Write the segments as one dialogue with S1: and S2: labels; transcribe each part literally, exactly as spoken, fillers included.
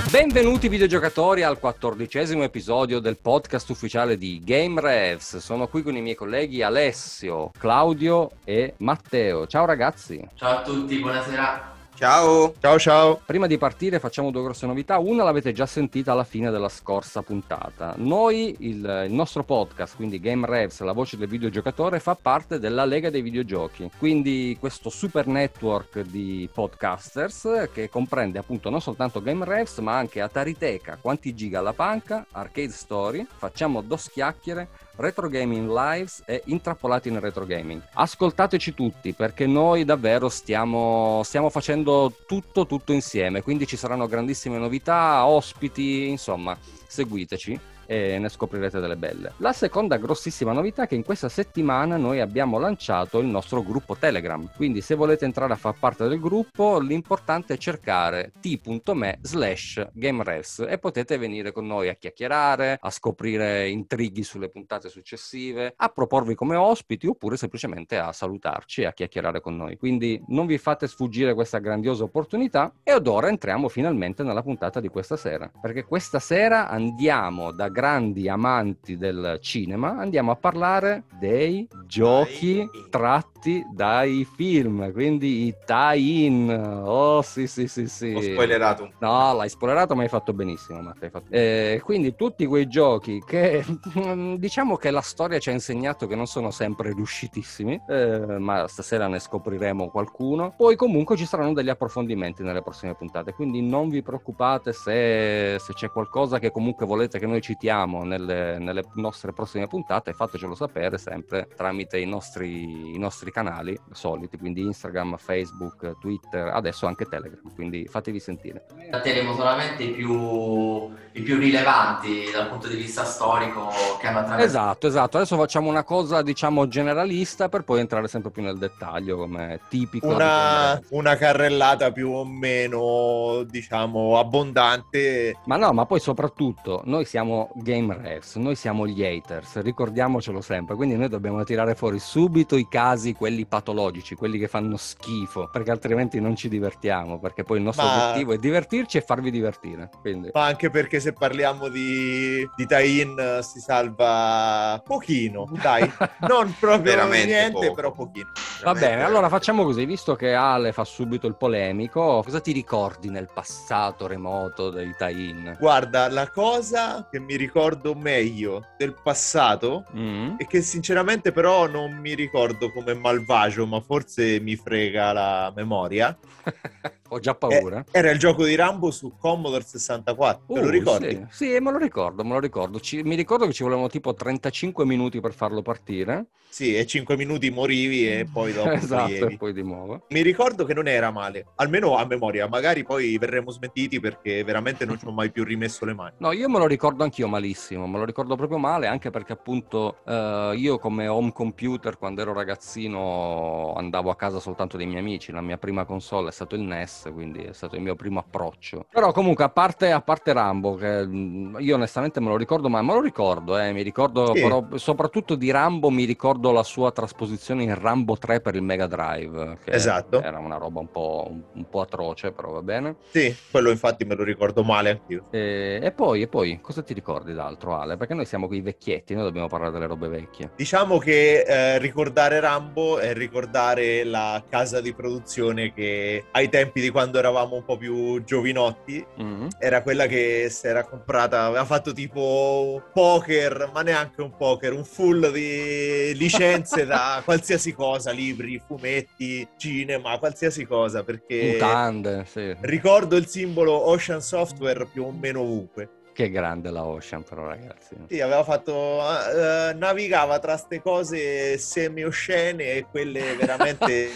S1: Benvenuti videogiocatori al quattordicesimo episodio del podcast ufficiale di Game Revs. Sono qui con i miei colleghi Alessio, Claudio e Matteo. Ciao ragazzi.
S2: Ciao a tutti, buonasera.
S3: Ciao. Ciao ciao.
S1: Prima di partire facciamo due grosse novità. Una l'avete già sentita alla fine della scorsa puntata. Noi, il, il nostro podcast, quindi Game Revs, la voce del videogiocatore, fa parte della Lega dei Videogiochi. Quindi questo super network di podcasters che comprende appunto non soltanto Game Revs ma anche Atariteca, Quanti Giga alla Panca, Arcade Story, Facciamo Dos Chiacchiere, Retro Gaming Lives e Intrappolati nel Retro Gaming. Ascoltateci tutti perché noi davvero stiamo, stiamo facendo tutto tutto insieme, quindi ci saranno grandissime novità, ospiti, insomma, seguiteci e ne scoprirete delle belle. La seconda grossissima novità è che in questa settimana noi abbiamo lanciato il nostro gruppo Telegram, quindi se volete entrare a far parte del gruppo l'importante è cercare t.me slash GameRevs e potete venire con noi a chiacchierare, a scoprire intrighi sulle puntate successive, a proporvi come ospiti oppure semplicemente a salutarci e a chiacchierare con noi. Quindi non vi fate sfuggire questa grandiosa opportunità. E od ora entriamo finalmente nella puntata di questa sera, perché questa sera andiamo da grandi amanti del cinema, andiamo a parlare dei giochi tratti dai film, quindi i tie-in. Oh sì sì sì sì.
S3: Ho spoilerato.
S1: No, l'hai spoilerato ma hai fatto benissimo, Matteo, hai fatto... Eh, quindi tutti quei giochi che diciamo che la storia ci ha insegnato che non sono sempre riuscitissimi, eh, ma stasera ne scopriremo qualcuno. Poi comunque ci saranno degli approfondimenti nelle prossime puntate, quindi non vi preoccupate se, se c'è qualcosa che comunque volete che noi citiamo nelle, nelle nostre prossime puntate, fatecelo sapere sempre tramite i nostri, i nostri canali soliti, quindi Instagram, Facebook, Twitter, adesso anche Telegram, quindi fatevi sentire.
S2: Tratteremo solamente i più, i più rilevanti dal punto di vista storico che hanno attraversato.
S1: Esatto, esatto, adesso facciamo una cosa diciamo generalista per poi entrare sempre più nel dettaglio come tipico.
S3: Una, una carrellata più o meno diciamo abbondante.
S1: Ma no, ma poi soprattutto noi siamo Game Revs, noi siamo gli haters, ricordiamocelo sempre, quindi noi dobbiamo tirare fuori subito i casi, quelli patologici, quelli che fanno schifo, perché altrimenti non ci divertiamo, perché poi il nostro
S3: ma...
S1: obiettivo è divertirci e farvi divertire. Quindi...
S3: Ma anche perché se parliamo di, di tie-in si salva pochino, dai, non proprio
S4: Veramente
S3: niente,
S4: poco.
S3: però pochino.
S1: Va
S3: Veramente.
S1: bene, allora facciamo così, visto che Ale fa subito il polemico, cosa ti ricordi nel passato remoto dei tie-in?
S3: Guarda, la cosa che mi ricordo meglio del passato
S1: Mm.
S3: e che sinceramente però non mi ricordo come malvagio, ma forse mi frega la memoria.
S1: Ho già paura.
S3: Eh, era il gioco di Rambo su Commodore sessantaquattro, te lo
S1: Uh,
S3: ricordi?
S1: Sì, sì, me lo ricordo, me lo ricordo. Ci- mi ricordo che ci volevano tipo trentacinque minuti per farlo partire.
S3: Sì, e cinque minuti morivi e poi dopo
S1: Esatto, e
S3: morievi.
S1: poi di nuovo.
S3: Mi ricordo che non era male, almeno a memoria, magari poi verremo smentiti perché veramente non ci ho mai più rimesso le mani.
S1: No, io me lo ricordo anch'io malissimo, me lo ricordo proprio male, anche perché appunto eh, io come home computer quando ero ragazzino andavo a casa soltanto dei miei amici, la mia prima console è stato il N E S, quindi è stato il mio primo approccio. Però comunque a parte, a parte Rambo, che mh, io onestamente me lo ricordo, ma me lo ricordo, eh, mi ricordo
S3: Sì.
S1: però soprattutto di Rambo mi ricordo la sua trasposizione in Rambo tre per il Mega Drive, che
S3: Esatto.
S1: era una roba un po', un, un po' atroce, però va bene.
S3: Sì, quello infatti me lo ricordo male anch'io.
S1: E, e poi, e poi, cosa ti ricordi d'altro, Ale? Perché noi siamo quei vecchietti, noi dobbiamo parlare delle robe vecchie.
S3: Diciamo che eh, ricordare Rambo è ricordare la casa di produzione che ai tempi di quando eravamo un po' più giovinotti
S1: Mm.
S3: era quella che si era comprata, aveva fatto tipo poker, ma neanche un poker, un full di licenze da qualsiasi cosa, libri, fumetti, cinema, qualsiasi cosa, perché
S1: Mutande, sì.
S3: ricordo il simbolo Ocean Software più o meno ovunque.
S1: Che grande la Ocean però, ragazzi.
S3: Sì, aveva fatto eh, navigava tra ste cose semi-oscene e quelle veramente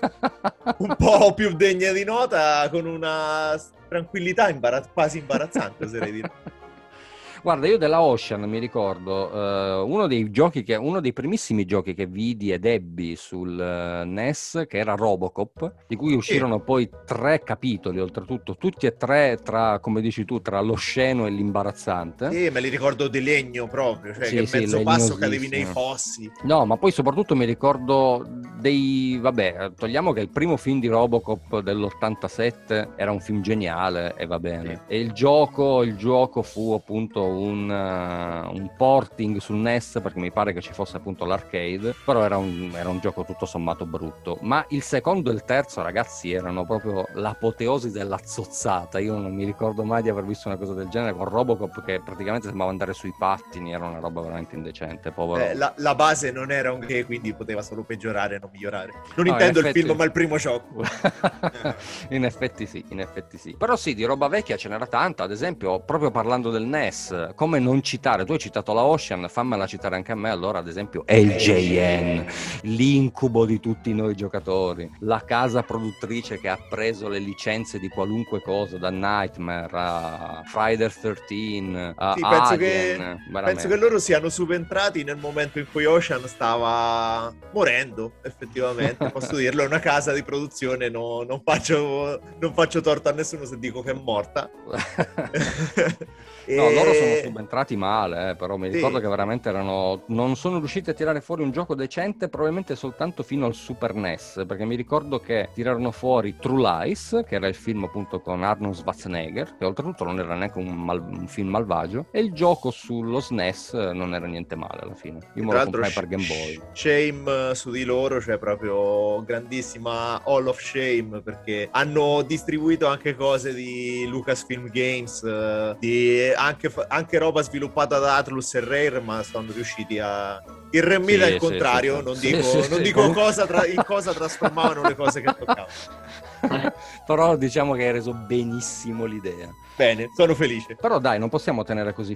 S3: un po' più degne di nota, con una tranquillità imbarazz- quasi imbarazzante, oserei dire.
S1: Guarda, io della Ocean mi ricordo eh, uno dei giochi che, uno dei primissimi giochi che vidi ed ebbi sul eh, N E S, che era Robocop, di cui
S3: Sì.
S1: uscirono poi tre capitoli, oltretutto, tutti e tre tra, come dici tu, tra l'osceno e l'imbarazzante.
S3: Sì, me li ricordo di legno proprio, cioè
S1: Sì,
S3: che
S1: sì,
S3: mezzo passo cadevi nei
S1: legnosissimo.
S3: fossi.
S1: No, ma poi soprattutto mi ricordo dei... Vabbè, togliamo che il primo film di Robocop dell'ottantasette era un film geniale e va bene.
S3: Sì.
S1: E il gioco, il gioco fu appunto un, uh, un porting sul N E S, perché mi pare che ci fosse appunto l'arcade, però era un, era un gioco tutto sommato brutto. Ma il secondo e il terzo, ragazzi, erano proprio l'apoteosi della zozzata. Io non mi ricordo mai di aver visto una cosa del genere, con Robocop che praticamente sembrava andare sui pattini, era una roba veramente indecente, povero.
S3: Eh, la, la base non era un che, quindi poteva solo peggiorare, non migliorare. Non
S1: No,
S3: intendo
S1: in effetti...
S3: il film, ma il primo gioco.
S1: in effetti sì, in effetti sì. Però sì, di roba vecchia ce n'era tanta, ad esempio, proprio parlando del N E S, come non citare, tu hai citato la Ocean, fammela citare anche a me, allora ad esempio L J N, l'incubo di tutti noi giocatori, la casa produttrice che ha preso le licenze di qualunque cosa, da Nightmare a Friday thirteen a
S3: Sì, penso
S1: Alien,
S3: che,
S1: veramente.
S3: penso che loro siano subentrati nel momento in cui Ocean stava morendo, effettivamente, posso dirlo, è una casa di produzione, no, non, faccio, non faccio torto a nessuno se dico che è morta.
S1: No,
S3: E...
S1: loro sono subentrati male, eh, però mi ricordo
S3: Sì.
S1: che veramente erano... Non sono riusciti a tirare fuori un gioco decente probabilmente soltanto fino al Super N E S, perché mi ricordo che tirarono fuori True Lies, che era il film appunto con Arnold Schwarzenegger, che oltretutto non era neanche un, mal... un film malvagio, e il gioco sullo S N E S non era niente male alla fine. Io me
S3: Tra
S1: lo
S3: l'altro
S1: comprai per Game Boy.
S3: shame su di loro, cioè proprio grandissima Hall of Shame, perché hanno distribuito anche cose di Lucasfilm Games, eh, di anche, anche roba sviluppata da Atlus e Rare, ma sono riusciti a... Il remake
S1: Sì,
S3: al
S1: sì,
S3: contrario,
S1: sì,
S3: non
S1: sì.
S3: dico,
S1: Sì, sì,
S3: non
S1: sì.
S3: dico cosa tra... in cosa trasformavano le cose che toccavano.
S1: Però diciamo che hai reso benissimo l'idea.
S3: Bene, sono felice.
S1: Però dai, non possiamo tenere così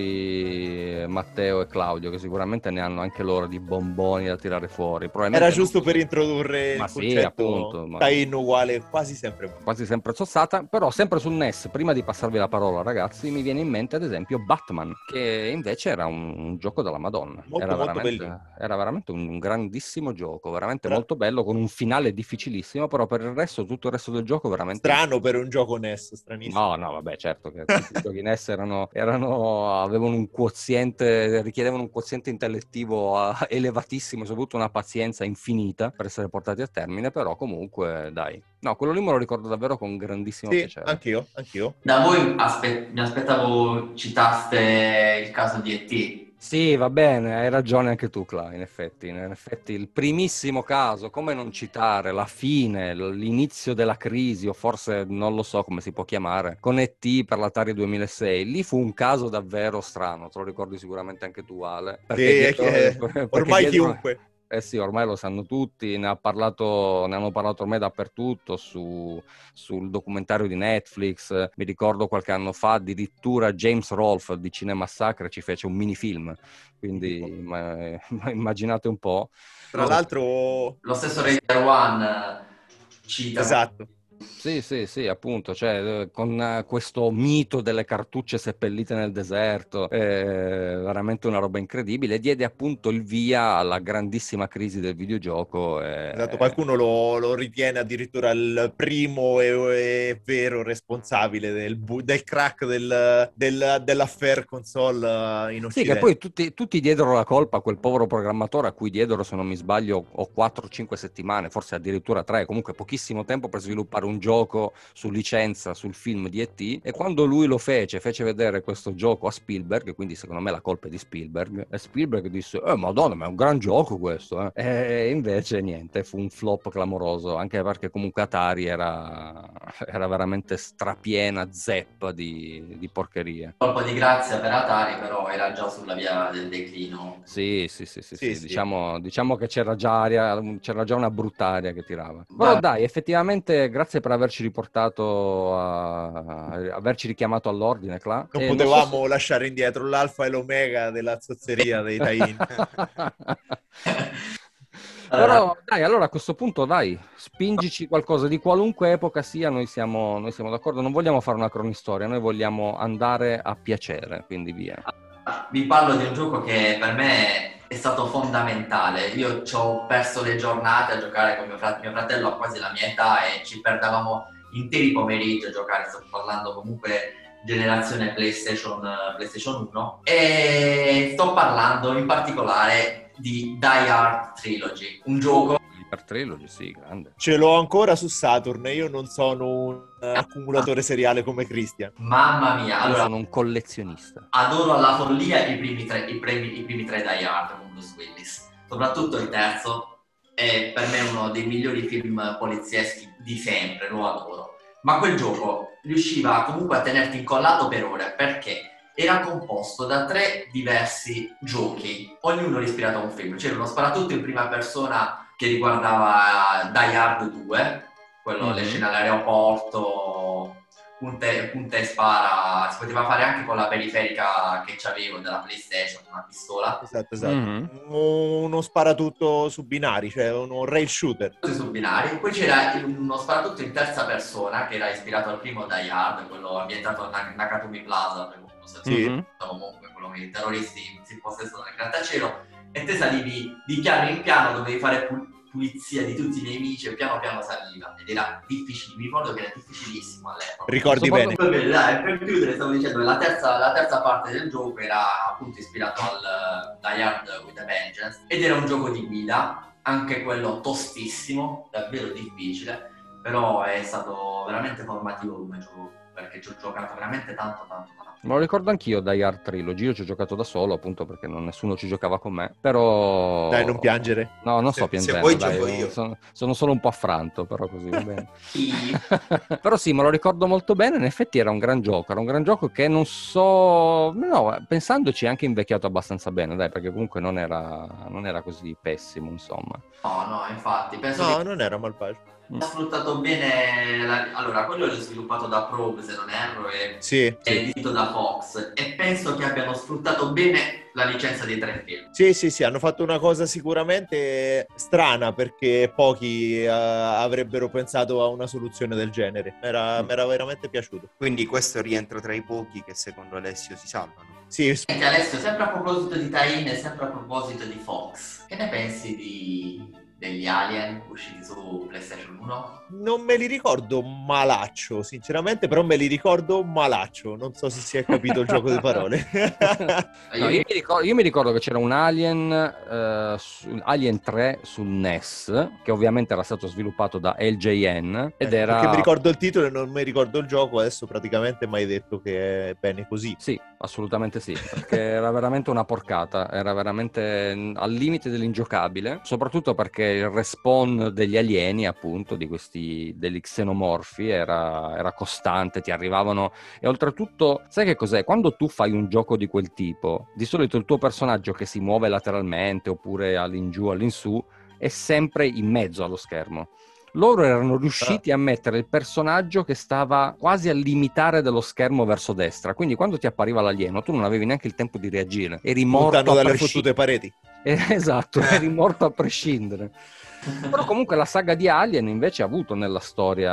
S1: fuori Matteo e Claudio, che sicuramente ne hanno anche loro di bomboni da tirare fuori.
S3: Era
S1: Non
S3: giusto
S1: così.
S3: per introdurre
S1: Ma
S3: il
S1: sì,
S3: concetto
S1: appunto, ma...
S3: tie-in uguale quasi sempre.
S1: quasi sempre zozzata, però sempre sul N E S, prima di passarvi la parola ragazzi, mi viene in mente ad esempio Batman, che invece era un, un gioco della Madonna.
S3: Molto,
S1: era,
S3: molto
S1: veramente,
S3: bellino.
S1: era veramente un grandissimo gioco, veramente
S3: Tra...
S1: molto bello, con un finale difficilissimo, però per il resto, tutto il resto del gioco veramente...
S3: Strano per un gioco N E S, stranissimo.
S1: No, no, vabbè, certo che tutti i giochi N E S erano, erano, avevano un quoziente, richiedevano un quoziente intellettivo uh, elevatissimo, soprattutto una pazienza infinita per essere portati a termine, però comunque, dai. No, quello lì me lo ricordo davvero con grandissimo
S3: Sì,
S1: piacere.
S3: anch'io, anch'io.
S2: Da voi aspe- mi aspettavo citaste il caso di E T.
S1: Sì, va bene, hai ragione anche tu, Cla, in effetti. In effetti il primissimo caso, come non citare la fine, l'inizio della crisi, o forse non lo so come si può chiamare, con E T per l'Atari duemilasei, lì fu un caso davvero strano, te lo ricordi sicuramente anche tu, Ale. Perché
S3: Sì,
S1: dietro,
S3: che
S1: perché
S3: ormai
S1: dietro-
S3: chiunque.
S1: Eh sì, ormai lo sanno tutti, ne ha parlato, ne hanno parlato ormai dappertutto, su, sul documentario di Netflix. Mi ricordo qualche anno fa addirittura James Rolfe di Cinemassacre ci fece un minifilm, quindi ma, ma immaginate un po'.
S3: Tra
S2: Lo,
S3: l'altro,
S2: lo stesso Raider One eh, cita
S3: esatto.
S1: Sì, sì, sì, appunto, cioè eh, con eh, questo mito delle cartucce seppellite nel deserto, eh, veramente una roba incredibile, diede appunto il via alla grandissima crisi del videogioco. eh,
S3: Esatto, qualcuno lo, lo ritiene addirittura il primo e, e vero responsabile del, bu- del crack del, del, dell'affair console eh, in
S1: Sì, che
S3: Occidente.
S1: poi tutti, tutti diedero la colpa a quel povero programmatore a cui diedero, se non mi sbaglio, o quattro o cinque settimane, forse addirittura tre, comunque pochissimo tempo per sviluppare un gioco su licenza sul film di E T. E quando lui lo fece, fece vedere questo gioco a Spielberg, quindi secondo me la colpa è di Spielberg, e Spielberg disse, eh madonna, ma è un gran gioco questo, eh. E invece niente, fu un flop clamoroso, anche perché comunque Atari era, era veramente strapiena, zeppa di, di porcherie.
S2: colpo di grazia per Atari, però era già sulla via del declino.
S1: Sì, sì, sì, sì,
S3: Sì,
S1: sì.
S3: sì.
S1: Diciamo, diciamo che c'era già aria, c'era già una brutta aria che tirava. Però
S2: Va-
S1: dai, effettivamente grazie per averci riportato, a, a- averci richiamato all'ordine, Cla.
S3: Non
S1: E non so
S3: potevamo
S1: se...
S3: lasciare indietro l'alfa e l'omega della zozzeria dei tie-in.
S1: Però dai, allora a questo punto dai, spingici qualcosa di qualunque epoca sia, noi siamo, noi siamo d'accordo, non vogliamo fare una cronistoria, noi vogliamo andare a piacere, quindi via.
S2: Vi parlo di un gioco che per me è stato fondamentale. Io ci ho perso le giornate a giocare con mio, frat- mio fratello a quasi la mia età e ci perdevamo interi pomeriggi a giocare. Sto parlando comunque generazione PlayStation, PlayStation uno, e sto parlando in particolare di Die Hard Trilogy, un gioco.
S1: Die Hard Trilogy, sì, grande.
S3: Ce l'ho ancora su Saturn e io non sono un accumulatore seriale come Christian.
S2: Mamma mia,
S1: Io
S2: allora
S1: sono un collezionista.
S2: adoro alla follia i primi tre, i primi, i primi tre Die Hard con Bruce Willis, soprattutto il terzo è per me uno dei migliori film polizieschi di sempre, lo adoro. Ma quel gioco riusciva comunque a tenerti incollato per ore perché era composto da tre diversi giochi, ognuno ispirato a un film. C'era uno sparatutto in prima persona che riguardava Die Hard due, quello,
S1: Mm-hmm.
S2: le scene all'aeroporto, punta e, punta e spara, si poteva fare anche con la periferica che c'avevo della PlayStation, una pistola.
S3: Esatto, esatto.
S1: Mm-hmm.
S3: Uno sparatutto su binari, cioè uno rail shooter.
S2: Su binari. Poi c'era uno sparatutto in terza persona che era ispirato al primo Die Hard, quello ambientato a Nakatomi Plaza, per non so se
S3: Sì.
S1: Mm-hmm.
S2: comunque quello che i terroristi si possedono nel grattacielo, e te salivi di piano in piano, dovevi fare pul- pulizia di tutti i nemici e piano piano saliva ed era difficile, mi ricordo che era difficilissimo all'epoca.
S3: Ricordi bene.
S2: Va bene, dai, per chiudere stavo dicendo che la terza, la terza parte del gioco era appunto ispirato al Die Hard with a Vengeance ed era un gioco di guida, anche quello tostissimo, davvero difficile, però è stato veramente formativo come gioco perché ci ho giocato veramente tanto tanto tanto.
S1: Me lo ricordo anch'io Die Hard Trilogy, io ci ho giocato da solo appunto perché non, nessuno ci giocava con me, però...
S3: Dai, non piangere.
S1: No, non
S4: Se-
S1: sto
S4: se
S1: piangendo,
S4: vuoi
S1: dai,
S4: gioco io.
S1: Sono, sono solo un po' affranto, però così va bene.
S2: Sì.
S1: Però sì, me lo ricordo molto bene, in effetti era un gran gioco, era un gran gioco che non so... No, pensandoci è anche invecchiato abbastanza bene, dai, perché comunque non era, non era così pessimo, insomma.
S2: No, no, infatti, penso
S3: No,
S2: che
S3: non era malvagio.
S2: ha sfruttato bene la... allora quello è sviluppato da Probe se non erro e
S3: Sì,
S2: è edito da Fox e penso che abbiano sfruttato bene la licenza dei tre film.
S3: sì, sì, sì, hanno fatto una cosa sicuramente strana perché pochi eh, avrebbero pensato a una soluzione del genere. Era- Mi era veramente piaciuto.
S4: Quindi questo rientra tra i pochi che secondo Alessio si salvano.
S3: Sì,
S2: Senti Alessio, sempre a proposito di tie-in e sempre a proposito di Fox, che ne pensi di... degli Alien usciti su PlayStation uno?
S3: non me li ricordo malaccio, sinceramente, però me li ricordo malaccio. Non so se si è capito il gioco di parole.
S1: No, io, mi ricordo, io mi ricordo che c'era un Alien, eh, su- Alien tre sul N E S, che ovviamente era stato sviluppato da L J N, ed
S3: Eh,
S1: era...
S3: Perché mi ricordo il titolo e non mi ricordo il gioco, adesso praticamente mi hai detto che è bene così.
S1: Sì, assolutamente sì, perché era veramente una porcata, era veramente mm, al limite dell'ingiocabile, soprattutto perché il respawn degli alieni, appunto, di questi degli xenomorfi era, era costante, ti arrivavano e oltretutto, sai che cos'è? Quando tu fai un gioco di quel tipo, di solito il tuo personaggio che si muove lateralmente oppure all'ingiù, all'insù, è sempre in mezzo allo schermo. Loro erano riusciti a mettere il personaggio che stava quasi al limitare dello schermo verso destra, quindi quando ti appariva l'alieno tu non avevi neanche il tempo di reagire, eri morto
S3: Lontano
S1: a
S3: dalle
S1: presci-
S3: fottute pareti.
S1: Eh, esatto, eri morto a prescindere. Però comunque la saga di Alien invece ha avuto nella storia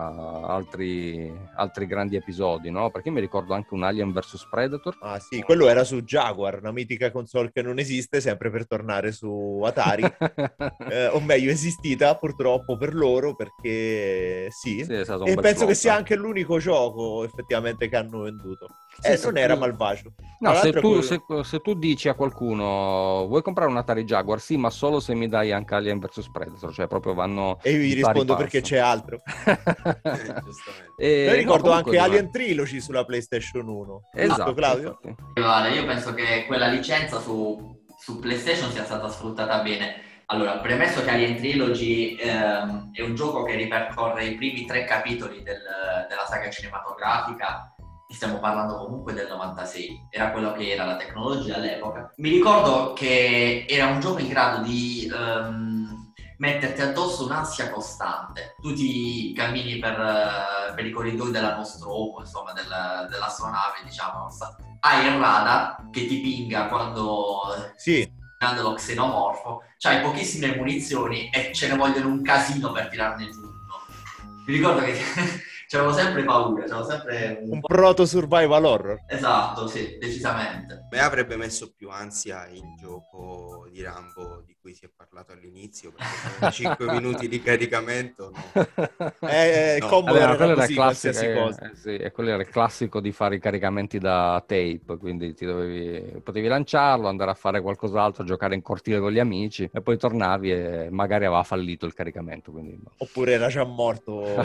S1: altri, altri grandi episodi, no? Perché io mi ricordo anche un Alien versus Predator.
S3: Ah sì, quello era su Jaguar, una mitica console che non esiste, sempre per tornare su Atari. eh, o meglio, esistita purtroppo per loro, perché sì.
S1: Sì, è stato un
S3: E
S1: bel
S3: penso che
S1: flop.
S3: sia anche l'unico gioco effettivamente che hanno venduto.
S1: Sì,
S3: eh,
S1: sì,
S3: non era
S1: sì.
S3: malvagio.
S1: No,
S3: Tra
S1: se
S3: l'altro
S1: tu,
S3: quello-
S1: se, se tu dici a qualcuno vuoi comprare un Atari Jaguar, sì, ma solo se mi dai anche Alien versus Predator, cioè proprio vanno
S3: E io gli
S1: di pari
S3: rispondo
S1: passo.
S3: perché c'è altro.
S4: Eh, giustamente.
S1: E,
S3: Io
S1: no,
S3: ricordo
S1: comunque
S3: anche
S1: dov'è?
S3: Alien Trilogy sulla PlayStation uno.
S1: Esatto,
S3: Giusto, Claudio?
S1: infatti.
S2: Guarda, io penso che quella licenza su, su PlayStation sia stata sfruttata bene. Allora, premesso che Alien Trilogy ehm, è un gioco che ripercorre i primi tre capitoli del- della saga cinematografica, e stiamo parlando comunque del novantasei, era quello che era la tecnologia all'epoca. Mi ricordo che era un gioco in grado di ehm, metterti addosso un'ansia costante. Tu ti cammini per, eh, per i corridoi della Nostromo, insomma, del- dell'astronave, diciamo, hai il radar che ti pinga quando
S3: Sì.
S2: lo xenomorfo, c'hai pochissime munizioni e ce ne vogliono un casino per tirarne giù uno. Mi ricordo che c'avevo sempre paura, c'avevo sempre un,
S3: Un
S2: po'...
S3: proto survival horror.
S2: Esatto, sì, decisamente.
S4: Me avrebbe messo più ansia il gioco di Rambo di cui si è parlato all'inizio, perché cinque minuti di caricamento, no.
S3: Eh,
S4: No.
S3: Commodore
S1: Vabbè, ma quello
S3: era
S1: era
S3: così,
S1: il classico,
S3: qualsiasi
S1: eh,
S3: cosa.
S1: eh, sì, e quello era il classico di fare i caricamenti da tape, quindi ti dovevi, potevi lanciarlo, andare a fare qualcos'altro, giocare in cortile con gli amici e poi tornavi e magari aveva fallito il caricamento. Quindi no.
S3: Oppure era già morto.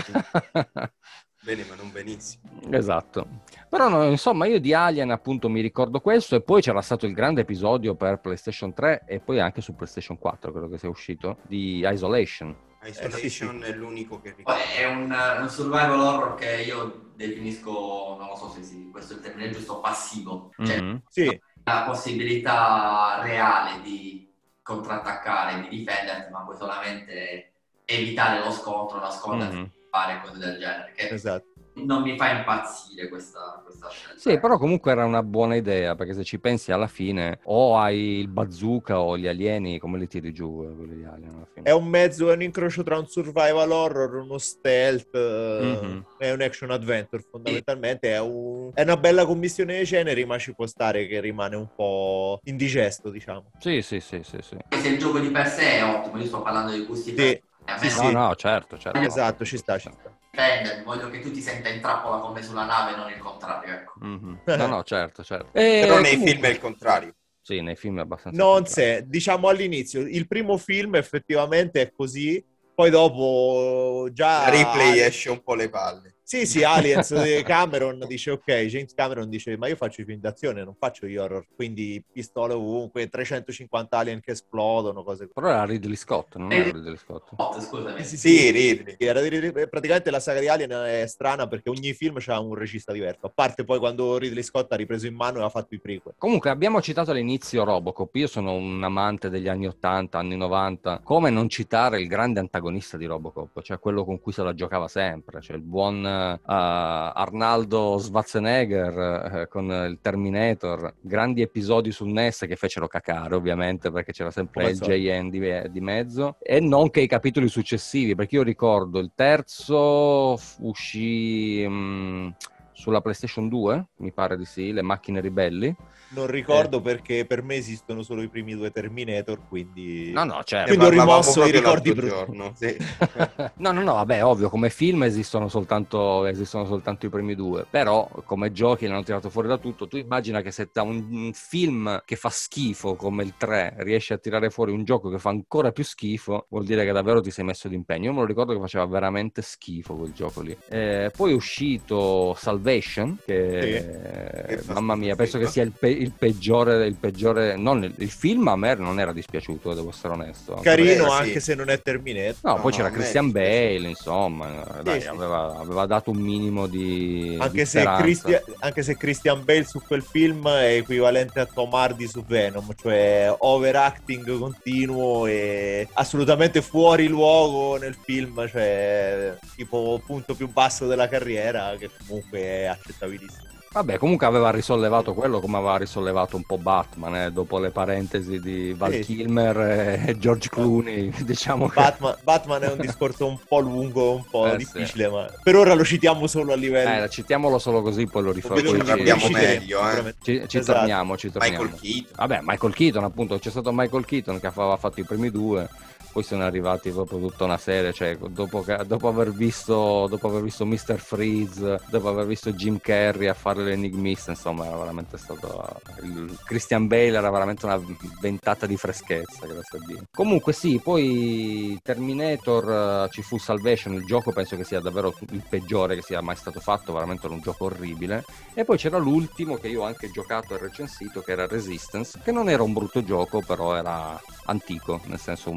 S4: Bene, ma non benissimo.
S1: Esatto. Però no, insomma io di Alien appunto mi ricordo questo, e poi c'era stato il grande episodio per PlayStation tre e poi anche su PlayStation quattro, credo che sia uscito, di Isolation.
S4: Isolation
S3: Eh, sì, sì.
S4: è l'unico che
S2: Poi
S4: ricordo.
S2: è un, un survival horror che io definisco, non lo so se sì, questo è il termine giusto, passivo. Cioè,
S1: Mhm.
S3: Sì,
S2: la possibilità reale di contrattaccare, di difenderti, ma puoi solamente evitare lo scontro, nasconderti,
S1: Mhm.
S2: fare cose del genere, che
S3: esatto.
S2: non mi fa impazzire questa, questa scelta.
S1: Sì, però comunque era una buona idea, perché se ci pensi alla fine o hai il bazooka o gli alieni, come li tiri giù eh, quelli di Alien alla fine?
S3: È un mezzo, è un incrocio tra un survival horror, uno stealth, eh,
S1: Mhm.
S3: è un action adventure fondamentalmente, è, un- è una bella commissione dei generi, ma ci può stare che rimane un po' indigesto, diciamo.
S1: Sì, sì, sì, sì, sì.
S2: Se il gioco di per sé è ottimo, io sto parlando di gusti
S3: Sì,
S2: personali, a me
S3: sì,
S2: non
S3: sì.
S1: No, no, certo, certo.
S3: Esatto, ci sta, ci sta.
S2: dipende, voglio che tu ti senta in trappola con me sulla nave, non il contrario, ecco.
S1: Mhm. No, no, certo, certo. E
S4: Però nei
S1: comunque-
S4: film è il contrario.
S1: Sì, nei film è abbastanza...
S3: Non
S1: contrario.
S3: se, diciamo all'inizio, il primo film effettivamente è così, poi dopo già...
S4: La Ripley esce un po' le palle.
S3: Sì, sì, Aliens di Cameron dice ok, James Cameron dice ma io faccio i film d'azione, non faccio gli horror, quindi pistole ovunque, trecentocinquanta alien che esplodono, cose così.
S1: Però era Ridley Scott, non era Ridley Scott.
S2: Oh, scusami.
S3: Sì,
S4: Sì, Ridley.
S3: Era di- di- praticamente la saga di Alien è strana perché ogni film c'ha un regista diverso, a parte poi quando Ridley Scott ha ripreso in mano e ha fatto i prequel.
S1: Comunque abbiamo citato all'inizio Robocop, io sono un amante degli anni ottanta, anni novanta, come non citare il grande antagonista di Robocop, cioè quello con cui se la giocava sempre, cioè il buon uh, Arnaldo Schwarzenegger uh, con il Terminator, grandi episodi sul N E S che fecero cacare ovviamente perché c'era sempre
S3: Come
S1: il
S3: al
S1: J N di, di mezzo, e non che i capitoli successivi, perché io ricordo il terzo f- uscì... mh, sulla PlayStation due, mi pare di sì, Le macchine ribelli.
S3: Non ricordo perché per me esistono solo i primi due Terminator, quindi...
S1: No, no, certo.
S3: Quindi ho
S4: Ne parlavamo
S3: rimosso i
S4: proprio
S3: ricordi
S4: l'altro
S3: brutti.
S4: giorno, sì.
S1: No, no, no, vabbè, ovvio, come film esistono soltanto, esistono soltanto i primi due, però come giochi l'hanno tirato fuori da tutto. Tu immagina che se da un, un film che fa schifo come il tre riesci a tirare fuori un gioco che fa ancora più schifo, vuol dire che davvero ti sei messo d'impegno. Io me lo ricordo che faceva veramente schifo quel gioco lì. Eh, poi è uscito Salvation, che,
S4: Che
S1: eh,
S4: fa
S1: mamma mia,
S4: schifo.
S1: penso che sia il, pe- il peggiore, il peggiore, non il, il film a me non era dispiaciuto, devo essere onesto. Anche
S3: Carino
S4: Beh, sì.
S3: anche se non è Terminator.
S1: No,
S4: No,
S1: poi
S4: no,
S1: c'era
S4: a me
S1: Christian
S4: dispiace.
S1: Bale, insomma, dai,
S3: sì.
S1: aveva, aveva dato un minimo di
S3: Anche
S1: di
S3: se,
S1: speranza.
S3: Christian, anche se Christian Bale su quel film è equivalente a Tom Hardy su Venom, cioè overacting continuo e assolutamente fuori luogo nel film, cioè tipo punto più basso della carriera, che comunque è accettabilissimo.
S1: Vabbè, comunque aveva risollevato quello come aveva risollevato un po' Batman, eh, dopo le parentesi di Val
S3: Sì.
S1: Kilmer e George Clooney, diciamo che...
S3: Batman, Batman è un discorso un po' lungo, un po'
S1: Eh,
S3: difficile, ma per ora lo citiamo solo a livello...
S1: Eh, citiamolo solo così, poi lo
S4: Poi
S1: rifaccio.
S4: ci
S3: Poi
S4: arrabbiamo
S3: ci-
S4: meglio, eh.
S3: sicuramente.
S1: Ci, ci
S3: Esatto.
S1: torniamo, ci torniamo.
S4: Michael Keaton.
S1: Vabbè, Michael Keaton, appunto, c'è stato Michael Keaton che aveva fatto i primi due, poi sono arrivati proprio tutta una serie, cioè dopo, che, dopo aver visto dopo aver visto mister Freeze, dopo aver visto Jim Carrey a fare l'enigmista, insomma, era veramente stato il Christian Bale era veramente una ventata di freschezza, grazie a Dio. Comunque sì, poi Terminator, uh, ci fu Salvation, il gioco penso che sia davvero il peggiore che sia mai stato fatto, veramente era un gioco orribile. E poi c'era l'ultimo che io ho anche giocato e recensito, che era Resistance, che non era un brutto gioco, però era antico, nel senso un F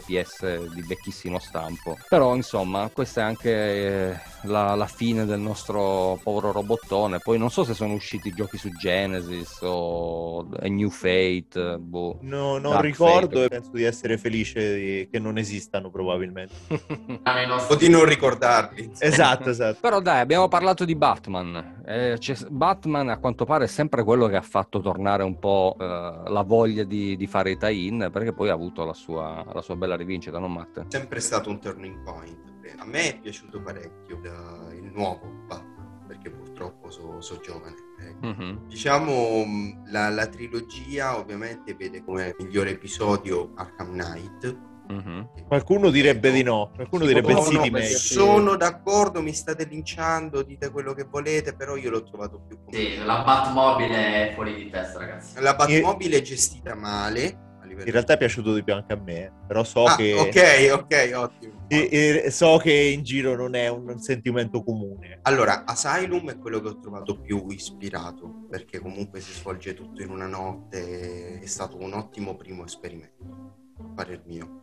S1: P S di vecchissimo stampo. Però insomma questa è anche eh, la, la fine del nostro povero robottone. Poi non so se sono usciti giochi su Genesis o A New Fate, boh,
S3: No, non
S1: Dark
S3: ricordo
S1: Fate.
S3: e penso di essere felice di- che non esistano probabilmente.
S2: Hanno i
S4: O
S2: nostri-
S4: di non ricordarli. insomma.
S3: Esatto, esatto.
S1: Però dai, abbiamo parlato di Batman. Eh, c'è- Batman a quanto pare è sempre quello che ha fatto tornare un po' eh, la voglia di, di fare i tie-in, perché poi ha avuto la sua, la sua bella rivincita, non Matt?
S4: Sempre stato un turning point. A me è piaciuto parecchio il, il nuovo Batman, perché purtroppo sono so giovane. Ecco.
S1: Mhm.
S4: Diciamo, mh, la, la trilogia ovviamente vede come migliore episodio Arkham Knight.
S1: Mhm.
S3: Qualcuno direbbe di no, qualcuno
S1: Sì,
S3: direbbe
S1: qualcuno
S3: sì di
S1: no,
S3: meglio.
S1: perché-
S4: Sono d'accordo, mi state linciando, dite quello che volete, però io l'ho trovato più completo.
S2: Sì, la Batmobile è fuori di testa, ragazzi.
S4: La Batmobile è gestita male. A livello
S3: In realtà è piaciuto di più anche a me, però so
S4: Ah,
S3: che
S4: ok, ok, ottimo.
S3: e- e so che in giro non è un sentimento comune.
S4: Allora, Asylum è quello che ho trovato più ispirato, perché comunque si svolge tutto in una notte, è stato un ottimo primo esperimento, a parer mio.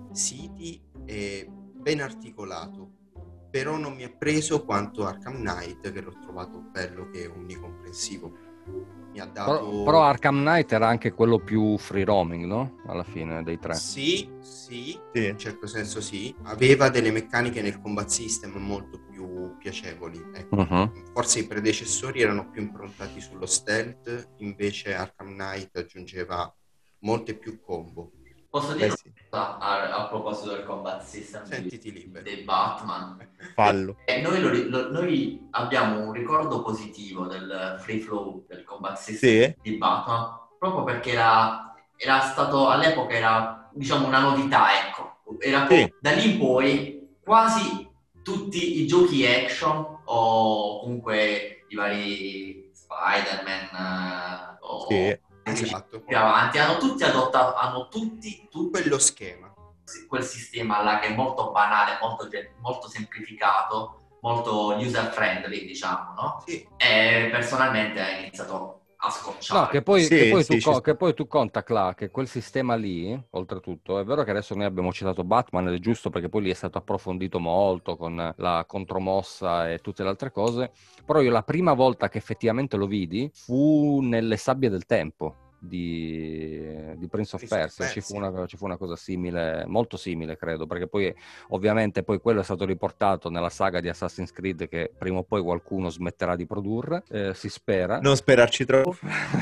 S4: City è ben articolato, però non mi ha preso quanto Arkham Knight, che l'ho trovato bello che è onnicomprensivo. Mi ha dato...
S1: Però, però Arkham Knight era anche quello più free roaming, no? Alla fine dei tre.
S4: Sì, sì,
S3: Sì.
S4: in un certo senso sì. Aveva delle meccaniche nel combat system molto più piacevoli. Ecco.
S1: Mhm.
S4: Forse i predecessori erano più improntati sullo stealth, invece Arkham Knight aggiungeva molte più combo.
S2: Posso dire
S3: Beh, sì.
S2: una cosa a, a proposito del combat system
S4: Sentiti
S2: di,
S4: libero.
S2: dei Batman?
S3: Fallo.
S2: Eh, noi, lo ri- lo- noi abbiamo un ricordo positivo del free flow del combat system
S3: Sì.
S2: di Batman, proprio perché era, era stato all'epoca era diciamo una novità, ecco. Era
S3: Sì.
S2: da lì in poi quasi tutti i giochi action o comunque i vari Spider-Man eh, o
S3: Sì.
S4: Esatto.
S2: più avanti hanno tutti adottato, hanno tutti, tutti
S4: Quello schema.
S2: quel sistema là che è molto banale, molto, molto semplificato, molto user friendly, diciamo, no?
S4: Sì.
S2: E personalmente ha iniziato a scocciare.
S1: No, che poi,
S3: Sì,
S1: che, poi
S3: sì,
S1: tu,
S3: ci
S1: co-
S3: sta.
S1: che poi tu conta, Cla, che quel sistema lì, oltretutto, è vero che adesso noi abbiamo citato Batman ed è giusto perché poi lì è stato approfondito molto con la contromossa e tutte le altre cose, però io la prima volta che effettivamente lo vidi fu nelle Sabbie del Tempo di, di Prince of
S4: Prince of
S1: Persia, ci fu,
S4: Persia.
S1: una, ci fu una cosa simile, molto simile credo, perché poi ovviamente poi quello è stato riportato nella saga di Assassin's Creed che prima o poi qualcuno smetterà di produrre, eh, si spera.
S3: Non sperarci troppo.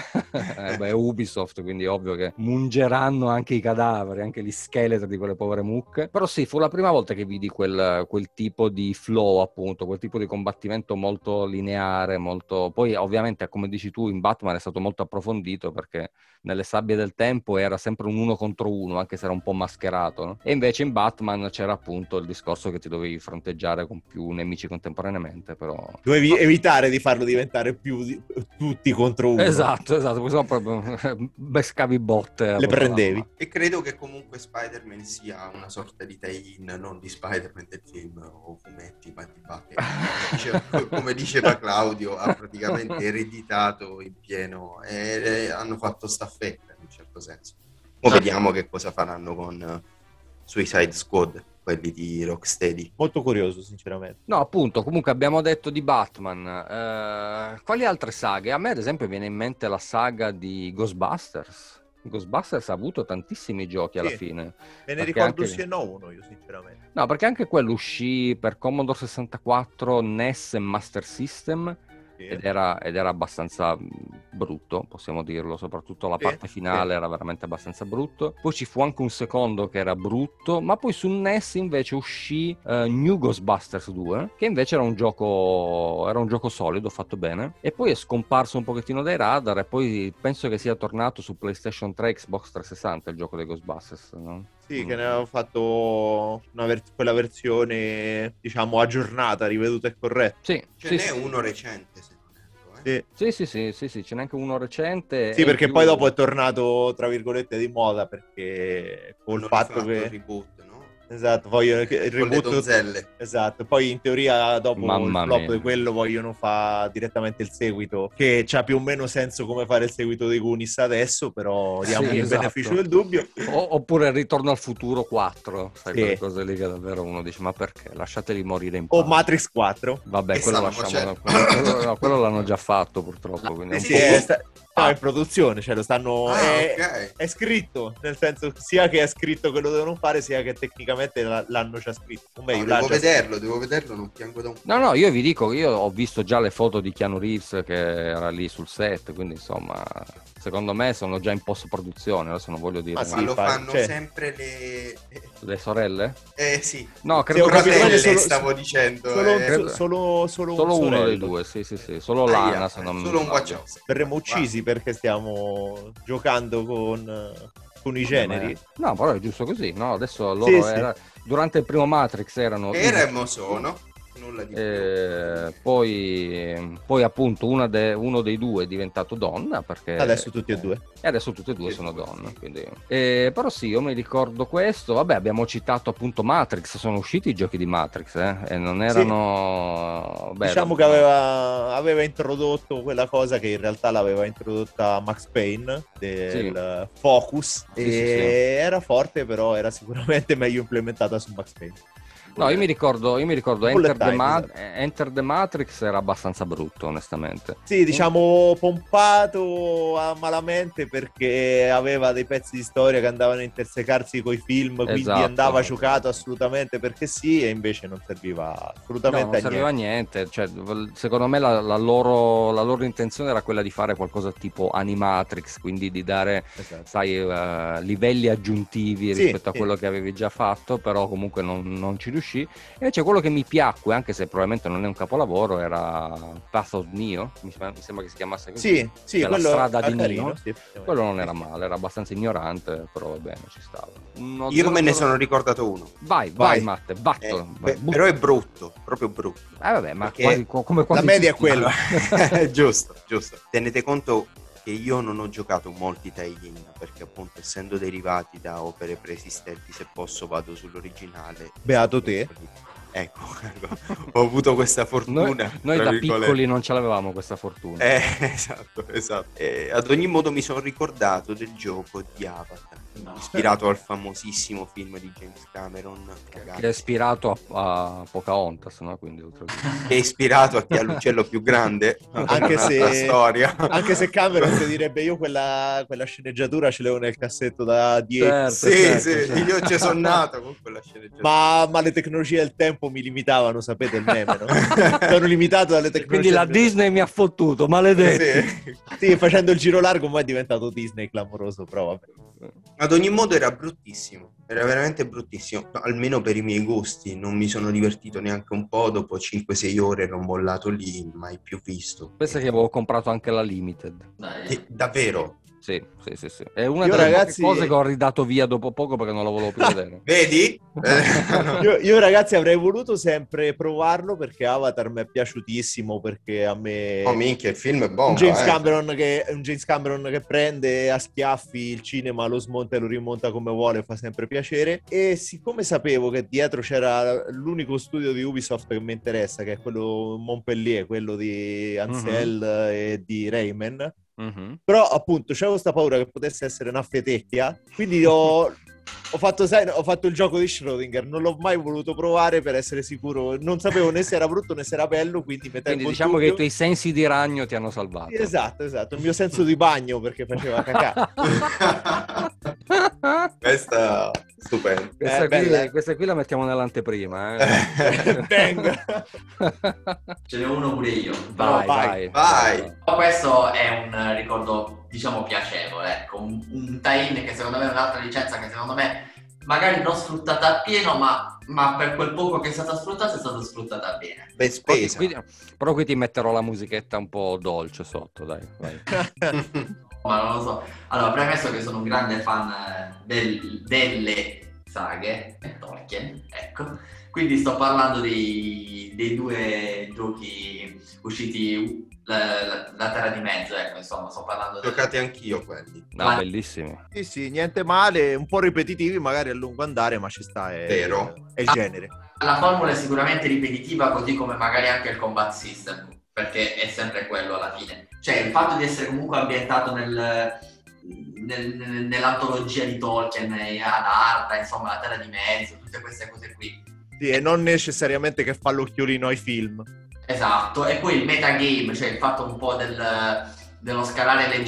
S1: eh beh, Ubisoft, quindi è ovvio che mungeranno anche i cadaveri, anche gli scheletri di quelle povere mucche. Però sì, fu la prima volta che vidi quel, quel tipo di flow, appunto, quel tipo di combattimento molto lineare, molto... Poi ovviamente, come dici tu, in Batman è stato molto approfondito perché nelle Sabbie del Tempo era sempre un uno contro uno, anche se era un po' mascherato, no? E invece in Batman c'era appunto il discorso che ti dovevi fronteggiare con più nemici contemporaneamente, però...
S3: Dovevi evitare di farlo diventare più di- tutti contro uno.
S1: Esatto, esatto, poi sono proprio bescavi botte.
S3: Le prendevi.
S4: E credo che comunque Spider-Man sia una sorta di tie-in, non di Spider-Man del film o fumetti, ma di Batman. Come diceva, come diceva Claudio, ha praticamente ereditato in pieno e, e hanno fatto staffetta in un certo senso. Ora vediamo che cosa faranno con uh, Suicide Squad, quelli di Rocksteady.
S3: Molto curioso, sinceramente.
S1: No, appunto, comunque abbiamo detto di Batman. Eh, quali altre saghe? A me, ad esempio, viene in mente la saga di Ghostbusters. Ghostbusters ha avuto tantissimi giochi alla
S3: Sì.
S1: fine.
S3: Me ne
S1: Perché
S3: ricordo
S1: anche-
S3: sì e no uno, io sinceramente.
S1: No, perché anche quello uscì per Commodore sessantaquattro, N E S e Master System
S3: Sì.
S1: ed era, ed era abbastanza mh, brutto, possiamo dirlo, soprattutto la
S3: Sì,
S1: parte finale
S3: sì.
S1: era veramente abbastanza brutto. Poi ci fu anche un secondo che era brutto, ma poi su N E S invece uscì eh, New Ghostbusters due, che invece era un gioco era un gioco solido, fatto bene, e poi è scomparso un pochettino dai radar e poi penso che sia tornato su PlayStation tre e Xbox trecentosessanta il gioco dei Ghostbusters, no?
S3: Sì,
S1: Mm.
S3: che ne avevo fatto una ver- quella versione, diciamo, aggiornata, riveduta e corretta.
S1: Sì,
S4: Ce
S1: sì,
S4: n'è
S1: sì.
S4: uno recente, se non erro. Eh?
S3: Sì,
S1: Sì, sì, sì, sì, sì, ce n'è anche uno recente.
S3: sì,
S1: e in
S3: perché
S1: più-
S3: poi dopo è tornato, tra virgolette, di moda, perché col
S4: Hanno
S3: fatto
S4: rifatto il
S3: che...
S4: reboot, no?
S3: Esatto, vogliono che il
S4: Con le
S3: reboot.
S4: donzelle.
S3: Esatto, poi in teoria dopo
S1: Mamma
S3: il flop
S1: mia.
S3: di quello vogliono fare direttamente il seguito, che c'ha più o meno senso come fare il seguito dei Goonies adesso, però diamogli
S1: Sì,
S3: il
S1: esatto.
S3: beneficio del dubbio.
S1: O- oppure il Ritorno al futuro quattro, sai,
S3: Sì.
S1: quelle cose lì che davvero uno dice ma perché? Lasciateli morire in
S3: O
S1: pace.
S3: Matrix quattro.
S1: Vabbè,
S4: Che
S1: quello
S4: stanno
S1: lasciamo,
S4: facendo?
S1: quello, no, quello l'hanno già fatto purtroppo, quindi è un
S3: Sì,
S1: po'-
S3: è, sta- no,
S1: Ah.
S3: è in produzione, cioè lo stanno...
S4: Ah,
S3: è,
S4: ok.
S3: è scritto, nel senso sia che è scritto che lo devono fare, sia che tecnicamente la- l'hanno già scritto. O meglio,
S4: No,
S3: l'ha
S4: devo
S3: già
S4: vederlo, devo vederlo, non piango da un po'.
S1: No, no, io vi dico, io ho visto già le foto di Keanu Reeves che era lì sul set, quindi insomma, secondo me sono già in post-produzione, adesso non voglio dire
S3: Ma
S4: Ma
S3: sì,
S4: lo
S3: fa-
S4: fanno
S3: cioè-
S4: sempre le...
S1: le sorelle.
S4: Eh sì,
S1: No,
S3: Sì,
S1: credo
S3: ho
S1: che
S3: capito,
S1: sia
S3: bene,
S4: fratelli
S3: solo-
S4: stavo dicendo.
S3: Solo,
S4: eh.
S1: credo-
S3: so- solo, solo,
S1: solo
S3: un
S1: uno dei
S3: sorello.
S1: due, sì, sì, sì, solo
S4: Aia,
S1: Lana, se non
S4: solo un
S1: sbaglio.
S4: Wachowski.
S3: Verremo
S4: Guarda.
S3: uccisi perché stiamo giocando con, con i generi.
S1: No, però è giusto così, no? Adesso loro
S3: Sì, sì.
S1: era, durante il primo Matrix erano
S4: Era e mo sono, nulla di più.
S1: Eh, poi, poi appunto una de- uno dei due è diventato donna perché
S3: Adesso tutti e due.
S1: e adesso tutte e due
S4: Tutti e
S1: sono
S4: due,
S1: donne,
S4: sì.
S1: quindi. Eh, però sì, io mi ricordo questo. Vabbè, abbiamo citato appunto Matrix, sono usciti i giochi di Matrix, eh? E non erano beh,
S3: Diciamo che aveva, aveva introdotto quella cosa che in realtà l'aveva introdotta Max Payne del Focus,
S1: Sì,
S3: e
S1: sì, sì.
S3: era forte, però era sicuramente meglio implementata su Max Payne.
S1: No, io mi ricordo, io mi ricordo
S3: Bullet
S1: Enter the,
S3: Time,
S1: Ma-
S3: esatto.
S1: Enter the Matrix era abbastanza brutto, onestamente.
S3: Sì, diciamo pompato a malamente perché aveva dei pezzi di storia che andavano a intersecarsi coi film, quindi
S1: Esatto.
S3: andava giocato assolutamente perché sì, e invece non serviva
S1: No,
S3: assolutamente
S1: non
S3: a
S1: serviva a
S3: niente.
S1: niente. Cioè, secondo me la, la loro, la loro intenzione era quella di fare qualcosa tipo Animatrix, quindi di dare,
S3: Esatto.
S1: sai, eh, livelli aggiuntivi
S3: Sì,
S1: rispetto a
S3: sì.
S1: quello che avevi già fatto, però comunque non, non ci riuscì. Invece quello che mi piacque, anche se probabilmente non è un capolavoro, era Path of Neo, mi sembra, mi sembra che si chiamasse così.
S3: Sì, sì,
S1: Cioè, la
S3: quello
S1: strada
S3: ah,
S1: di
S3: carino,
S1: Neo.
S3: sì, effettivamente.
S1: Quello non era male, era abbastanza ignorante, però va bene, ci stava. Uno
S4: Io me ne
S1: zero-
S4: sono ricordato uno.
S1: Vai, vai,
S3: Vai.
S1: Matte,
S4: Eh,
S1: vattelo.
S4: beh,
S1: vai,
S4: però è brutto, proprio brutto.
S1: Eh vabbè, ma
S4: Perché
S1: quasi, co- come quasi
S3: la media è
S1: tutti.
S3: quella.
S4: giusto, giusto. Tenete conto che io non ho giocato molti tie-in perché appunto essendo derivati da opere preesistenti, se posso vado sull'originale.
S3: Beato te.
S4: Ecco, ho avuto questa fortuna.
S1: Noi, noi
S4: tra
S1: da
S4: virgolette.
S1: piccoli non ce l'avevamo questa fortuna.
S4: Eh, esatto, esatto. E ad ogni modo mi sono ricordato del gioco di Avatar,
S2: No.
S4: ispirato al famosissimo film di James Cameron, ragazzi,
S1: Che è ispirato a, a Pocahontas, no? Quindi oltre a-
S4: che è ispirato a chi ha l'uccello più grande,
S3: Anche se-
S4: un'altra storia.
S3: Anche se Cameron ti direbbe io quella, quella sceneggiatura ce l'avevo nel cassetto da dieci.
S1: Certo,
S4: Sì,
S1: certo,
S4: sì,
S1: certo.
S4: io ci sono nato con quella sceneggiatura.
S3: Ma, ma le tecnologie del tempo mi limitavano, sapete il meme, no? Sono limitato dalle tecnologie.
S1: Quindi la
S3: del tempo.
S1: Disney mi ha fottuto, maledetti.
S4: Sì.
S3: Sì, facendo il giro largo ma è diventato Disney clamoroso, però vabbè.
S4: Ad ogni modo era bruttissimo, era veramente bruttissimo, no, almeno per i miei gusti, non mi sono divertito neanche un po', dopo cinque sei ore ero mollato lì, mai più visto.
S1: Pensa che avevo comprato anche la Limited.
S2: Dai.
S4: Eh, davvero?
S1: Sì, sì, sì, sì. È una
S3: Io,
S1: delle poche
S3: ragazzi-
S1: cose che ho ridato via dopo poco perché non la volevo più vedere.
S4: Vedi? Eh,
S3: Io, io, ragazzi avrei voluto sempre provarlo perché Avatar mi è piaciutissimo, perché a me
S4: oh minchia, il film è
S3: un
S4: bomba,
S3: James,
S4: eh.
S3: Cameron che, un James Cameron che prende a schiaffi il cinema, lo smonta e lo rimonta come vuole, fa sempre piacere. E siccome sapevo che dietro c'era l'unico studio di Ubisoft che mi interessa, che è quello Montpellier, quello di Ansel e di Rayman,
S1: Mhm.
S3: però appunto c'avevo sta paura che potesse essere una fetecchia, quindi ho, ho, fatto, sai, ho fatto il gioco di Schrödinger, non l'ho mai voluto provare per essere sicuro, non sapevo né se era brutto né se era bello, quindi mi
S1: Quindi
S3: tengo il
S1: diciamo che i
S3: dubbio.
S1: tuoi sensi di ragno ti hanno salvato.
S3: Sì, esatto, esatto, il mio senso di bagno perché faceva cacà.
S4: Questa stupenda.
S1: Questa,
S3: Eh,
S1: qui,
S3: bella, eh.
S1: questa qui la mettiamo nell'anteprima. Eh.
S3: Bang.
S2: Ce n'è uno pure io.
S1: Vai, vai,
S3: vai,
S4: vai.
S2: Però questo è un ricordo, diciamo, piacevole, ecco, un, un tie-in che secondo me è un'altra licenza che secondo me magari non sfruttata appieno, ma, ma per quel poco che è stata sfruttata è stata sfruttata bene.
S4: Ben
S1: Però
S4: spesa.
S1: qui, però qui ti metterò la musichetta un po' dolce sotto, dai. Vai.
S2: Ma non lo so. Allora, premesso che sono un grande fan eh, del- delle saghe e Tolkien, ecco. Quindi sto parlando dei, dei due giochi usciti la, la, la Terra di Mezzo, ecco, insomma, sto parlando di...
S4: Giocati anch'io quelli.
S1: No,
S2: Ma-
S1: bellissimi.
S3: Sì, sì, niente male, un po' ripetitivi magari a lungo andare, ma ci sta, è,
S4: Vero.
S3: è il genere.
S2: La formula è sicuramente ripetitiva, così come magari anche il combat system, perché è sempre quello alla fine. Cioè, il fatto di essere comunque ambientato nel, nel- nel- nell'antologia di Tolkien, eh, ad Arda, insomma, la Terra di Mezzo, tutte queste cose qui.
S3: Sì, e non necessariamente che fa l'occhiolino ai film.
S2: Esatto, e poi il metagame, cioè il fatto un po' del, dello scalare le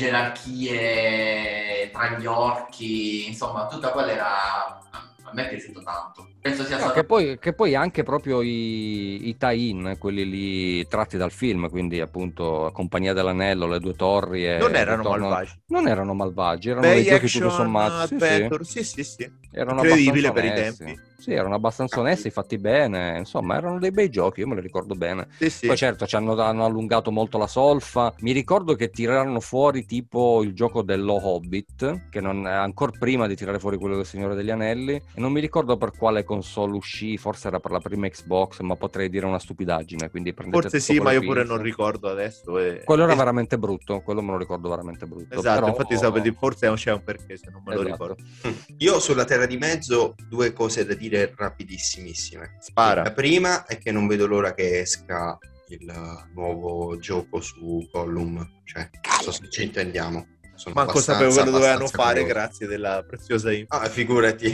S2: gerarchie tra gli orchi, insomma, tutta quella era... A me è piaciuto tanto. Penso sia
S1: No,
S2: stato...
S1: che, poi, che poi anche proprio i, i tie-in, quelli lì tratti dal film, quindi appunto Compagnia dell'Anello, Le Due Torri e
S3: Non erano
S1: Ritorno-
S3: malvagi.
S1: Non erano malvagi, erano dei
S3: Bay
S1: giochi
S3: action,
S1: tutto sommato. Sì, sì.
S3: adventure, sì, sì, sì.
S1: Erano
S3: Incredibile
S1: abbastanza
S3: per i
S1: onesti.
S3: tempi.
S1: Sì, erano abbastanza onesti, fatti bene, insomma, erano dei bei giochi, io me li ricordo bene.
S3: Sì, sì.
S1: Poi certo ci hanno, hanno allungato molto la solfa. Mi ricordo che tirarono fuori tipo il gioco dello Hobbit, che non ancora prima di tirare fuori quello del Signore degli Anelli, e non mi ricordo per quale console uscì, forse era per la prima Xbox, ma potrei dire una stupidaggine, quindi prendete
S3: Forse
S1: tutto
S3: sì, ma
S1: quello
S3: io
S1: che
S3: pure
S1: inizia.
S3: non ricordo adesso. e-
S1: Quello era
S3: es-
S1: veramente brutto, quello me lo ricordo veramente brutto.
S3: Esatto,
S1: però-
S3: infatti stavo per dire, forse c'è un perché se non me lo
S1: Esatto.
S3: ricordo.
S4: Io sulla Terra di Mezzo due cose da dire rapidissimissime.
S3: Spara.
S4: La prima è che non vedo l'ora che esca il nuovo gioco su Gollum, cioè non so se ci intendiamo. Sono
S3: Manco
S4: abbastanza-
S3: sapevo quello dovevano
S4: abbastanza
S3: fare,
S4: curioso.
S3: grazie della preziosa info.
S4: Ah, figurati.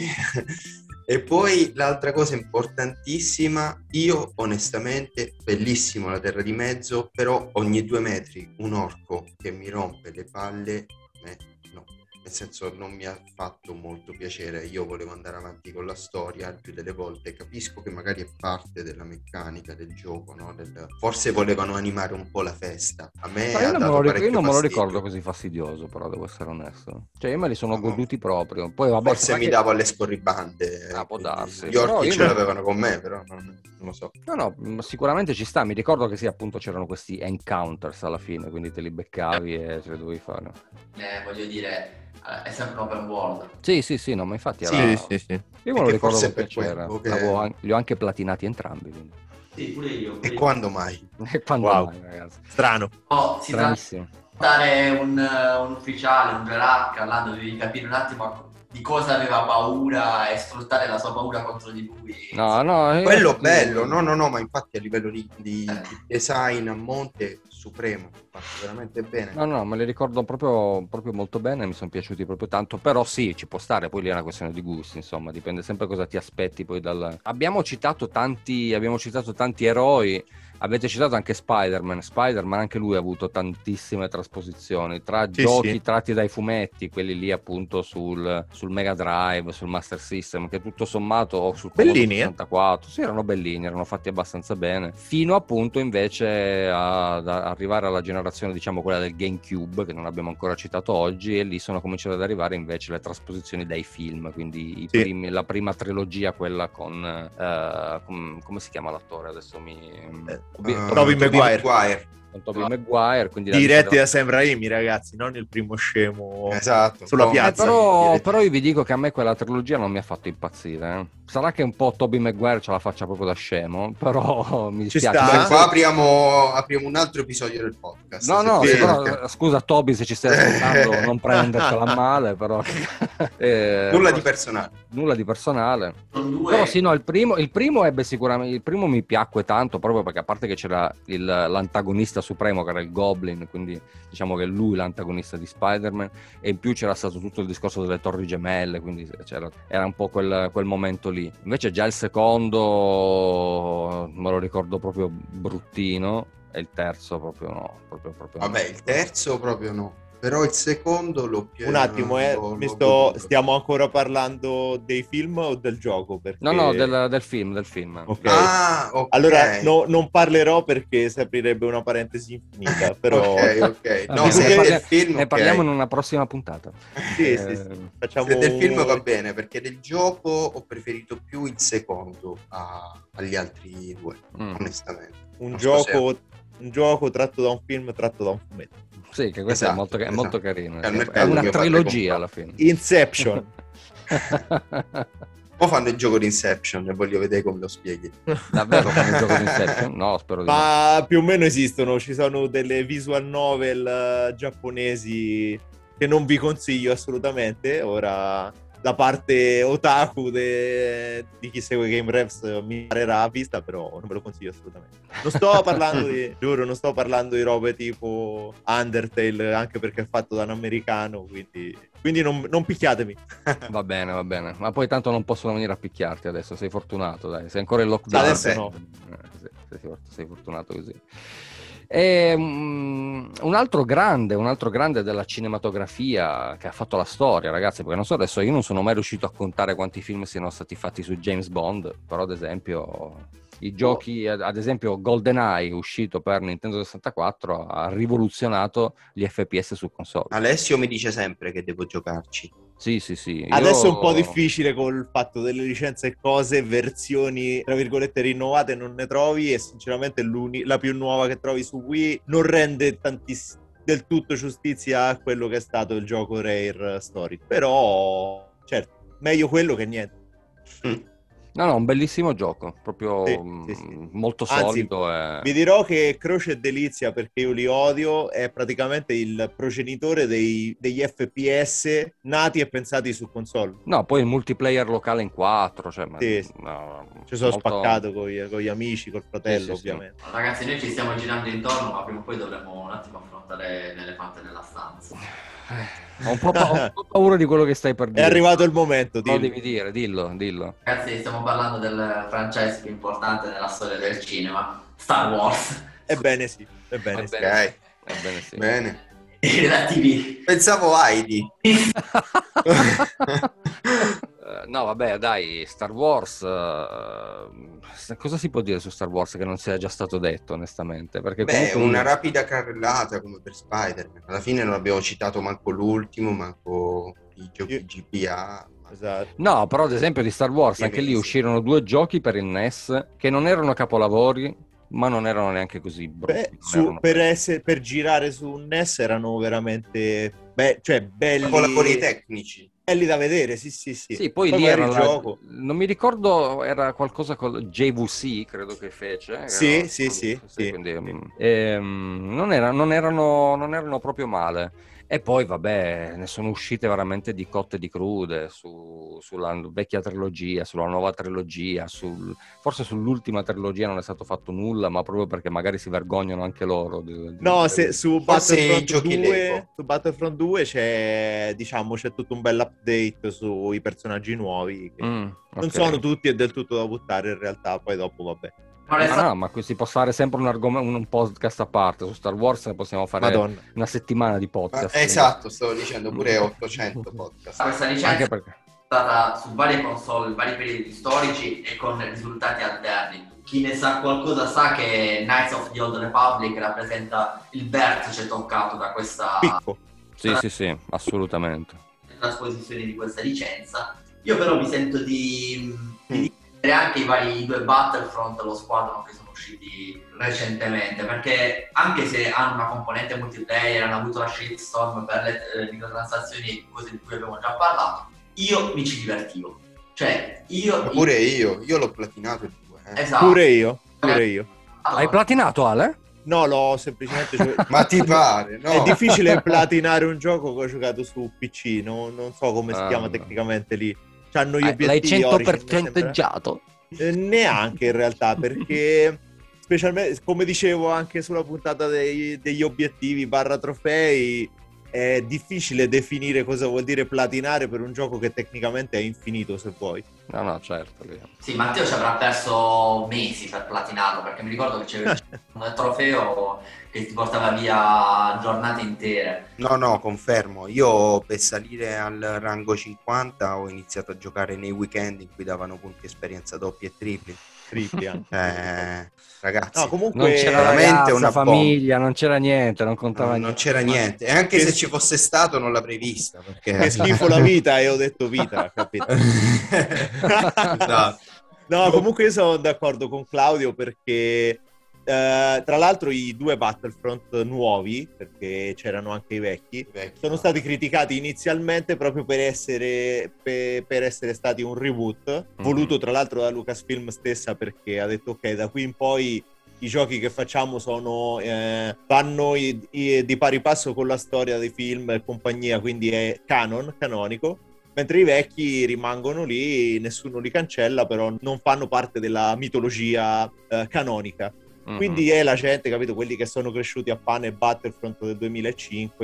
S4: E poi l'altra cosa importantissima, io onestamente, bellissimo la Terra di Mezzo, però ogni due metri un orco che mi rompe le palle, eh, no. Nel senso non mi ha fatto molto piacere, io volevo andare avanti con la storia il più delle volte, capisco che magari è parte della meccanica del gioco, no? Del... forse volevano animare un po' la festa, a me
S1: Ma io
S4: ha
S1: non, me
S4: dato
S1: lo, ric- io
S4: parecchio
S1: non me lo
S4: fastidio.
S1: ricordo così fastidioso, però devo essere onesto. Cioè, io me li sono
S4: No.
S1: goduti proprio. Poi, vabbè,
S4: Forse
S1: sarà
S4: mi
S1: che-
S4: davo alle scorribande,
S1: Ah, può
S4: quindi
S1: darsi.
S4: gli
S1: Però
S4: orchi
S1: io
S4: ce
S1: non-
S4: l'avevano con me, però non, non lo so.
S1: No, no, mh, sicuramente ci sta. Mi ricordo che sì, appunto c'erano questi encounters alla fine, quindi te li beccavi e ce li dovevi fare.
S2: Eh, voglio dire, eh, è sempre un open world.
S1: Sì, sì, sì, no, ma infatti
S4: Sì,
S1: era...
S3: sì, sì.
S1: Io
S4: E
S1: me lo
S4: che
S1: ricordo
S4: forse
S1: con
S4: è per
S1: piacere.
S4: quello che-
S1: L'avevo an- li ho anche platinati entrambi, quindi.
S2: Sì, pure io. pure
S4: E
S2: io.
S4: quando mai?
S1: E quando
S3: Wow.
S1: mai, ragazzi?
S3: Strano.
S2: Oh, si tratta
S1: Stranissimo.
S2: di dare un, un ufficiale, un gerarca, là devi capire un attimo di cosa aveva paura e sfruttare la sua paura contro di lui.
S1: No, no, io-
S4: Quello bello, no, no, no, ma infatti a livello di, di- di design a monte supremo, fatto veramente bene.
S1: No, no, me li ricordo proprio, proprio molto bene, mi sono piaciuti proprio tanto, però sì, ci può stare, poi lì è una questione di gusti, insomma, dipende sempre cosa ti aspetti poi dal... Abbiamo citato tanti, abbiamo citato tanti eroi, avete citato anche Spider-Man, Spider-Man anche lui ha avuto tantissime trasposizioni, tra
S3: Sì,
S1: giochi
S3: sì.
S1: tratti dai fumetti, quelli lì appunto sul, sul Mega Drive, sul Master System, che tutto sommato, o sul Commodore
S3: Bellini, eh?
S1: sessantaquattro, sì, erano bellini, erano fatti abbastanza bene, fino appunto invece ad arrivare alla generazione, diciamo, quella del GameCube, che non abbiamo ancora citato oggi, e lì sono cominciate ad arrivare invece le trasposizioni dai film, quindi i
S3: Sì.
S1: primi, la prima trilogia, quella con, eh, com- come si chiama l'attore adesso? Mi...
S3: Eh,
S1: Toby-
S4: Uh,
S3: Tobey
S1: Toby-
S3: Maguire.
S1: con Tobey Maguire, quindi la
S3: Diretti
S1: lista
S3: da Sam Raimi, ragazzi, non il primo scemo.
S4: Esatto.
S3: Sulla
S4: No,
S1: della- Eh,
S3: piazza.
S1: però, però io vi dico che a me quella trilogia non mi ha fatto impazzire, eh. Sarà che un po' Tobey Maguire ce la faccia proprio da scemo, però mi
S3: Ci
S1: dispiace.
S3: sta.
S4: Beh, qua apriamo, apriamo un altro episodio del podcast.
S1: No,
S4: se
S1: no,
S4: ti
S1: sì,
S3: sì,
S4: va.
S1: però, scusa Toby se ci stai ascoltando, non prendertela a male, però... eh,
S4: Nulla
S1: però-
S4: di personale.
S1: Nulla di personale.
S2: Sono due.
S1: Però sì, no, il primo, il primo ebbe sicuramente, il primo mi piacque tanto proprio perché a parte che c'era il- l'antagonista supremo che era il Goblin, quindi diciamo che lui l'antagonista di Spider-Man, e in più c'era stato tutto il discorso delle torri gemelle, quindi c'era, era un po' quel, quel momento lì. Invece già il secondo me lo ricordo proprio bruttino e il terzo proprio no, proprio, proprio
S4: Vabbè, il terzo proprio no. Però il secondo lo
S3: Un attimo, eh,
S4: l'ho-
S3: mi
S4: l'ho
S3: sto,
S4: goduto.
S3: stiamo ancora parlando dei film o del gioco? Perché...
S1: No, no, del, del film, del film.
S3: Ok.
S4: Ah, ok.
S3: Allora, no- non parlerò perché si aprirebbe una parentesi infinita, però...
S4: Ok, ok. No,
S1: Vabbè,
S4: se
S1: ne
S4: è
S1: parlia-
S4: del film,
S1: ne
S4: ok.
S1: parliamo in una prossima puntata.
S3: Sì,
S1: Eh,
S3: sì, sì. Facciamo...
S4: Se del film va bene, perché del gioco ho preferito più il secondo a- agli altri due,
S1: mm.
S4: onestamente.
S3: un,
S4: Non so se-
S3: gioco, un gioco tratto da un film, tratto da un fumetto.
S1: Sì, che questo
S4: Esatto,
S1: è molto, è
S4: esatto.
S1: molto carino.
S4: È il
S1: È
S4: mercato
S1: una
S4: che fa
S1: trilogia
S4: le
S1: alla fine.
S3: Inception.
S4: O fanno il gioco di Inception e voglio vedere come lo spieghi.
S1: Davvero fanno il gioco di Inception? No, spero di no.
S3: Ma più o meno esistono, ci sono delle visual novel eh, giapponesi che non vi consiglio assolutamente. Ora la parte otaku de... di chi segue Game Revs mi parerà a vista, però non ve lo consiglio assolutamente. Non sto parlando di, giuro, non sto parlando di robe tipo Undertale, anche perché è fatto da un americano, quindi, quindi non, non picchiatemi.
S1: Va bene, va bene. Ma poi tanto non possono venire a picchiarti adesso, sei fortunato, dai. Sei ancora in lockdown.
S3: Adesso no.
S1: Eh, sei, sei, sei fortunato così. E, um, un altro grande, un altro grande della cinematografia che ha fatto la storia, ragazzi, perché non so adesso, io non sono mai riuscito a contare quanti film siano stati fatti su James Bond, però ad esempio i giochi, ad esempio GoldenEye, uscito per Nintendo sessantaquattro, ha rivoluzionato gli F P S su console.
S4: Alessio mi dice sempre che devo giocarci.
S1: Sì, sì, sì.
S3: Adesso
S1: Io...
S3: è un po' difficile col fatto delle licenze e cose, versioni tra virgolette rinnovate non ne trovi, e sinceramente la più nuova che trovi su Wii non rende tantiss- del tutto giustizia a quello che è stato il gioco Rare Story. Però, certo, meglio quello che niente.
S4: Mm.
S1: No, no, un bellissimo gioco, proprio
S3: sì,
S1: mh,
S3: sì, sì.
S1: molto
S3: Anzi,
S1: solido. E...
S3: vi dirò che Croce e Delizia, perché io li odio, è praticamente il progenitore dei, degli F P S nati e pensati su console.
S1: No, poi il multiplayer locale in quattro, cioè, ma,
S3: Sì, sì.
S1: no,
S3: ci sono
S1: molto...
S3: spaccato con gli, con gli amici, col fratello,
S1: sì, sì,
S3: ovviamente.
S2: Sì. Ragazzi, noi ci stiamo girando intorno, ma prima o poi dovremmo un attimo affrontare l'elefante nella stanza.
S1: Ho un, po pa- ho un po' paura di quello che stai per dire.
S3: È arrivato il momento,
S1: Lo
S3: dillo.
S1: devi dire, dillo, dillo.
S2: Ragazzi, stiamo parlando del franchise più importante nella storia del cinema, Star Wars.
S3: Ebbene sì, ebbene sì.
S1: Ebbene,
S4: Ok,
S1: ebbene sì.
S4: bene.
S2: I relativi.
S4: Pensavo Heidi.
S1: Uh, no, vabbè, dai, Star Wars. Uh, cosa si può dire su Star Wars che non sia già stato detto, onestamente? Perché
S4: Beh,
S1: comunque
S4: una
S1: un...
S4: rapida carrellata come per Spider-Man. Alla fine non abbiamo citato manco l'ultimo, manco i giochi
S3: Io...
S4: G B A.
S3: Esatto.
S1: No, però ad esempio di Star Wars, anche lì uscirono due giochi per il N E S che non erano capolavori, ma non erano neanche così brutti.
S3: Beh, su, per, essere, per girare su un N E S erano veramente be- cioè belli,
S4: capolavori tecnici.
S3: Belli da vedere, sì, sì, sì.
S1: Sì, poi, poi lì era il la... gioco. Non mi ricordo, era qualcosa con J V C, credo che fece.
S3: Sì,
S1: era...
S3: sì, sì, sì, sì.
S1: Quindi, ehm, non, era, non, erano, non erano proprio male. E poi, vabbè, ne sono uscite veramente di cotte e di crude su, sulla vecchia trilogia, sulla nuova trilogia, sul, forse sull'ultima trilogia non è stato fatto nulla, ma proprio perché magari si vergognano anche loro. Di,
S3: no,
S1: di...
S3: se, su, Battlefront due, su Battlefront due c'è, diciamo, c'è tutto un bel update sui personaggi nuovi che mm, okay. non sono tutti e del tutto da buttare in realtà, poi dopo vabbè.
S1: Ma no, ma si può fare sempre un, argom- un podcast a parte su Star Wars, ne possiamo fare Madonna. Una settimana di podcast.
S4: Ma, esatto, stavo dicendo pure ottocento podcast.
S2: Questa licenza è stata su varie console, vari periodi storici e con risultati alterni. Chi ne sa qualcosa sa che Knights of the Old Republic rappresenta il vertice toccato da questa...
S3: Picco.
S1: Sì, sì, sì, assolutamente.
S2: Trasposizione di questa licenza. Io però mi sento di... di anche i vari due Battlefront, lo Squadron che sono usciti recentemente, perché anche se hanno una componente multiplayer, hanno avuto la shitstorm per le eh, microtransazioni, cose di cui abbiamo già parlato, io mi ci divertivo. Cioè, io...
S4: Ma pure io, io l'ho platinato il due. Eh.
S2: Esatto.
S3: Pure io, pure io.
S1: Allora, hai platinato, Ale?
S3: No, l'ho semplicemente... Gio-
S4: Ma ti pare, no?
S3: È difficile platinare un gioco che ho giocato su P C, no? Non so come si
S1: ah,
S3: chiama
S1: no.
S3: tecnicamente lì. C'hanno gli
S1: ah,
S3: obiettivi
S1: l'hai cento per
S3: orici,
S1: centeggiato?
S3: Eh, neanche in realtà, perché specialmente, come dicevo anche sulla puntata dei, degli obiettivi barra trofei, è difficile definire cosa vuol dire platinare per un gioco che tecnicamente è infinito, se vuoi.
S1: No, no, certo.
S2: Sì, Matteo ci avrà perso mesi per platinarlo, perché mi ricordo che c'era un trofeo che ti portava via giornate intere.
S4: No, no, confermo. Io per salire al rango cinquanta ho iniziato a giocare nei weekend in cui davano punti esperienza doppi e tripli.
S3: Tripli anche.
S4: Eh, ragazzi,
S3: no, comunque
S1: non c'era
S4: veramente
S1: ragazza,
S4: una
S1: famiglia, bomba. Non c'era niente, non contava
S4: no,
S1: niente.
S4: Non c'era niente. E anche
S3: che
S4: se
S3: sch-
S4: ci fosse stato non l'avrei vista. Perché...
S3: Che schifo la vita, e ho detto vita, capito?
S4: Esatto.
S3: No, comunque io sono d'accordo con Claudio perché eh, tra l'altro i due Battlefront nuovi, perché c'erano anche i vecchi,
S4: Vecchio.
S3: sono stati criticati inizialmente proprio per essere, per, per essere stati un reboot,
S1: Mm-hmm.
S3: voluto tra l'altro da Lucasfilm stessa, perché ha detto ok, da qui in poi i giochi che facciamo sono eh, vanno i, i, di pari passo con la storia dei film e compagnia, quindi è canon, canonico, mentre i vecchi rimangono lì, nessuno li cancella, però non fanno parte della mitologia eh, canonica.
S1: Mm-hmm.
S3: Quindi è la gente, capito, quelli che sono cresciuti a pane e Battlefront del duemilacinque,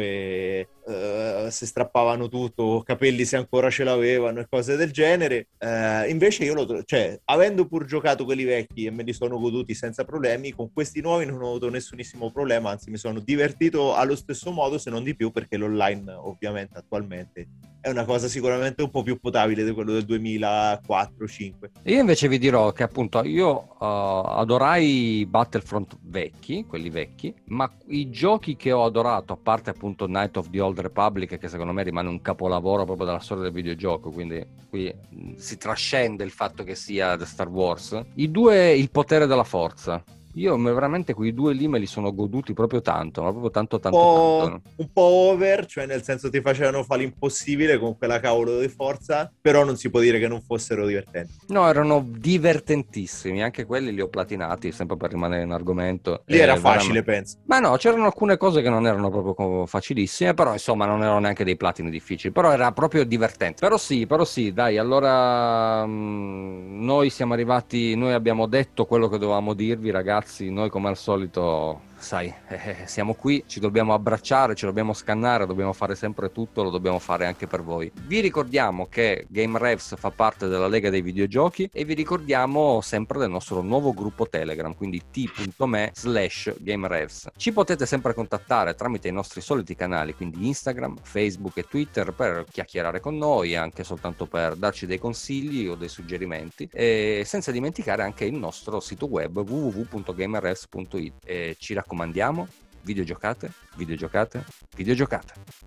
S3: eh, si strappavano tutto, capelli se ancora ce l'avevano e cose del genere. Eh, invece io lo cioè, avendo pur giocato quelli vecchi e me li sono goduti senza problemi, con questi nuovi non ho avuto nessunissimo problema, anzi mi sono divertito allo stesso modo, se non di più, perché l'online ovviamente attualmente è una cosa sicuramente un po' più potabile di quello del duemilaquattro cinque.
S1: Io invece vi dirò che appunto io uh, adorai i Battlefront vecchi, quelli vecchi, ma i giochi che ho adorato, a parte appunto Knights of the Old Republic, che secondo me rimane un capolavoro proprio della storia del videogioco, quindi qui mh, si trascende il fatto che sia The Star Wars, i due Il potere della forza. Io veramente quei due lì me li sono goduti proprio tanto, ma proprio tanto tanto
S3: un po',
S1: tanto.
S3: un po' over, cioè nel senso ti facevano fare l'impossibile con quella cavolo di forza, però non si può dire che non fossero divertenti.
S1: No, erano divertentissimi, anche quelli li ho platinati, sempre per rimanere in argomento.
S3: Lì era
S1: Eh,
S3: facile,
S1: veramente...
S3: penso.
S1: Ma no, c'erano alcune cose che non erano proprio facilissime, però insomma non erano neanche dei platini difficili, però era proprio divertente. Però sì, però sì, dai, allora mh, noi siamo arrivati, noi abbiamo detto quello che dovevamo dirvi, ragazzi. Noi come al solito, sai, eh, siamo qui, ci dobbiamo abbracciare, ci dobbiamo scannare, dobbiamo fare sempre tutto, lo dobbiamo fare anche per voi. Vi ricordiamo che Game Revs fa parte della Lega dei Videogiochi e vi ricordiamo sempre del nostro nuovo gruppo Telegram, quindi t.me slash GameRevs. Ci potete sempre contattare tramite i nostri soliti canali, quindi Instagram, Facebook e Twitter, per chiacchierare con noi, anche soltanto per darci dei consigli o dei suggerimenti, e senza dimenticare anche il nostro sito web w w w punto gamerevs punto it. E ci raccomandiamo, videogiocate, videogiocate, videogiocate.